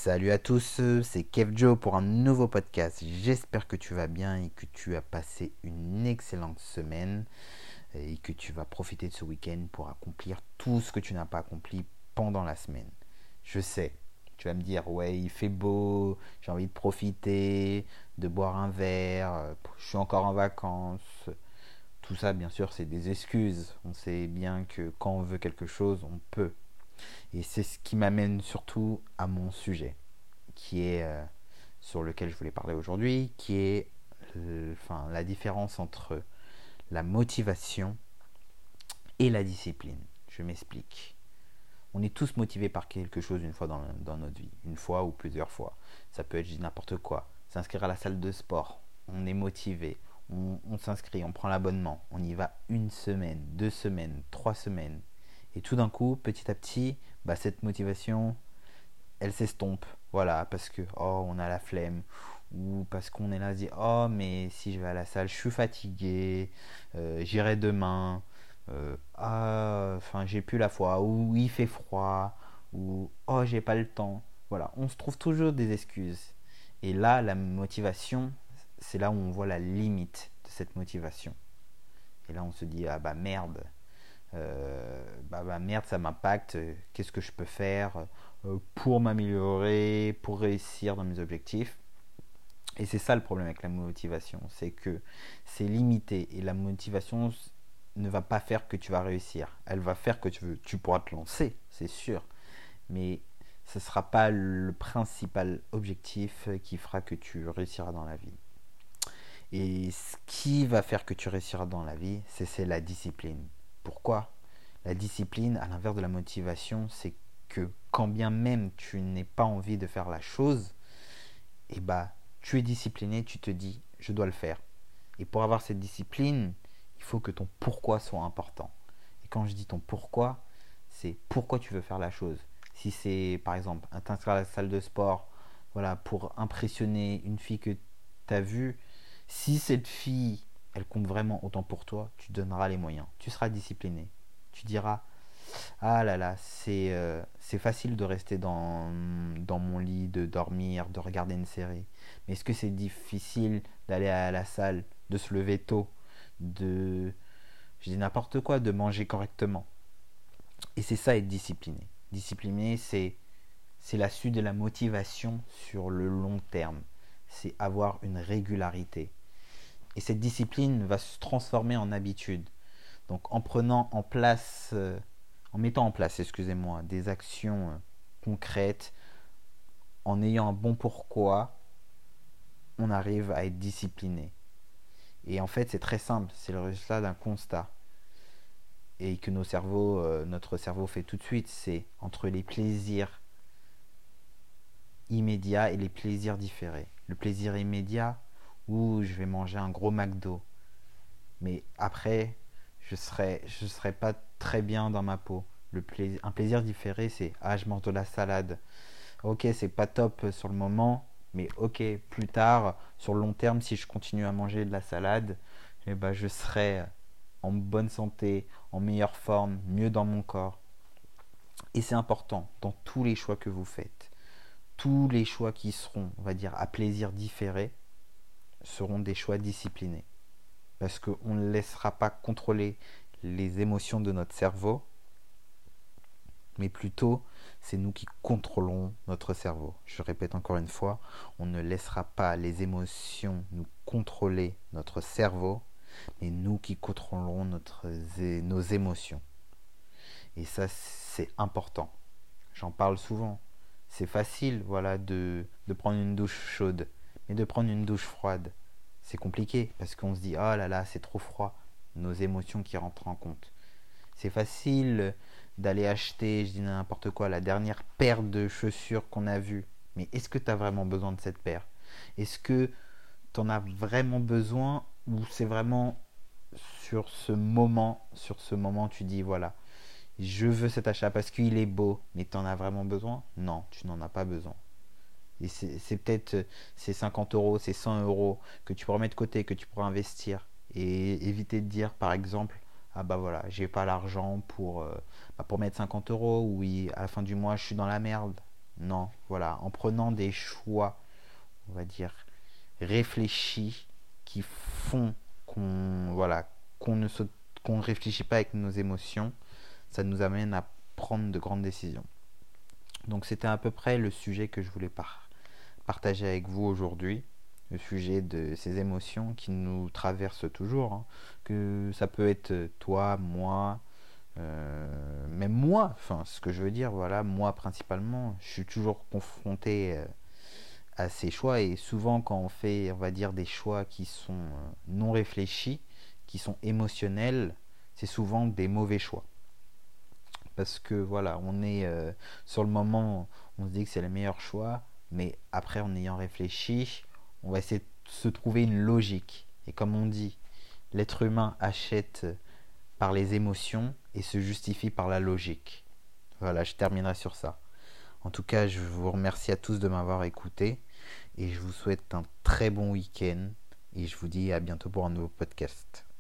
Salut à tous, c'est Kev Joe pour un nouveau podcast. J'espère que tu vas bien et que tu as passé une excellente semaine et que tu vas profiter de ce week-end pour accomplir tout ce que tu n'as pas accompli pendant la semaine. Je sais, tu vas me dire, ouais, il fait beau, j'ai envie de profiter, de boire un verre, je suis encore en vacances. Tout ça, bien sûr, c'est des excuses. On sait bien que quand on veut quelque chose, on peut. Et c'est ce qui m'amène surtout à mon sujet qui est sur lequel je voulais parler aujourd'hui, qui est la différence entre la motivation et la discipline. Je m'explique. On est tous motivés par quelque chose une fois dans notre vie, une fois ou plusieurs fois. Ça peut être n'importe quoi. S'inscrire à la salle de sport, on est motivé, on s'inscrit, on prend l'abonnement, on y va une semaine, 2 semaines, 3 semaines. Et tout d'un coup, petit à petit, cette motivation, elle s'estompe. Voilà, parce que on a la flemme, ou parce qu'on est là à se dire mais si je vais à la salle, je suis fatigué, j'irai demain, j'ai plus la foi, ou il fait froid, ou j'ai pas le temps. Voilà, on se trouve toujours des excuses. Et là, la motivation, c'est là où on voit la limite de cette motivation. Et là, on se dit merde, merde, ça m'impacte, qu'est-ce que je peux faire pour m'améliorer, pour réussir dans mes objectifs. Et c'est ça le problème avec la motivation, c'est que c'est limité et la motivation ne va pas faire que tu vas réussir. Elle va faire que tu pourras te lancer, c'est sûr, mais ce ne sera pas le principal objectif qui fera que tu réussiras dans la vie. Et ce qui va faire que tu réussiras dans la vie, c'est la discipline. Pourquoi? La discipline, à l'inverse de la motivation, c'est que quand bien même tu n'aies pas envie de faire la chose, tu es discipliné, tu te dis je dois le faire. Et pour avoir cette discipline, il faut que ton pourquoi soit important. Et quand je dis ton pourquoi, c'est pourquoi tu veux faire la chose. Si c'est par exemple t'inscrire à la salle de sport, voilà, pour impressionner une fille que tu as vue, si cette fille, elle compte vraiment autant pour toi, tu donneras les moyens. Tu seras discipliné. Tu diras ah là là, c'est facile de rester dans mon lit, de dormir, de regarder une série. Mais est-ce que c'est difficile d'aller à la salle, de se lever tôt, je dis n'importe quoi, de manger correctement? Et c'est ça être discipliné. Discipliné, c'est la suite de la motivation sur le long terme. C'est avoir une régularité. Et cette discipline va se transformer en habitude. Donc en mettant en place, excusez-moi, des actions concrètes, en ayant un bon pourquoi, on arrive à être discipliné. Et en fait, c'est très simple, c'est le résultat d'un constat. Et que notre cerveau fait tout de suite, c'est entre les plaisirs immédiats et les plaisirs différés. Le plaisir immédiat, où je vais manger un gros McDo, mais après, je serai pas très bien dans ma peau. Un plaisir différé, c'est je mange de la salade. Ok, c'est pas top sur le moment, mais ok, plus tard, sur le long terme, si je continue à manger de la salade, je serai en bonne santé, en meilleure forme, mieux dans mon corps. Et c'est important dans tous les choix que vous faites. Tous les choix qui seront, on va dire, à plaisir différé, seront des choix disciplinés. Parce qu'on ne laissera pas contrôler les émotions de notre cerveau, mais plutôt c'est nous qui contrôlons notre cerveau. Je répète encore une fois, on ne laissera pas les émotions nous contrôler notre cerveau, mais nous qui contrôlerons nos émotions. Et ça, c'est important. J'en parle souvent. C'est facile, voilà, de prendre une douche chaude, mais de prendre une douche froide, c'est compliqué parce qu'on se dit oh là là, c'est trop froid. Nos émotions qui rentrent en compte. C'est facile d'aller acheter, je dis n'importe quoi, la dernière paire de chaussures qu'on a vue. Mais est-ce que tu as vraiment besoin de cette paire? Est-ce que tu en as vraiment besoin ou c'est vraiment sur ce moment tu dis voilà, je veux cet achat parce qu'il est beau, mais tu en as vraiment besoin? Non, tu n'en as pas besoin. Et c'est peut-être ces 50 euros, ces 100 euros que tu pourras mettre de côté, que tu pourras investir et éviter de dire par exemple voilà, j'ai pas l'argent pour mettre 50 euros, oui, à la fin du mois je suis dans la merde. Non, voilà, en prenant des choix, on va dire, réfléchis, qui font voilà, qu'on ne qu'on réfléchit pas avec nos émotions, ça nous amène à prendre de grandes décisions. Donc c'était à peu près le sujet que je voulais partager avec vous aujourd'hui, le sujet de ces émotions qui nous traversent toujours, hein. Que ça peut être toi, moi, même moi, enfin ce que je veux dire, voilà, moi principalement, je suis toujours confronté à ces choix, et souvent quand on fait, on va dire, des choix qui sont non réfléchis, qui sont émotionnels, c'est souvent des mauvais choix. Parce que voilà, on est sur le moment, on se dit que c'est le meilleur choix, mais après en ayant réfléchi, on va essayer de se trouver une logique. Et comme on dit, l'être humain achète par les émotions et se justifie par la logique. Voilà, je terminerai sur ça. En tout cas, je vous remercie à tous de m'avoir écouté et je vous souhaite un très bon week-end et je vous dis à bientôt pour un nouveau podcast.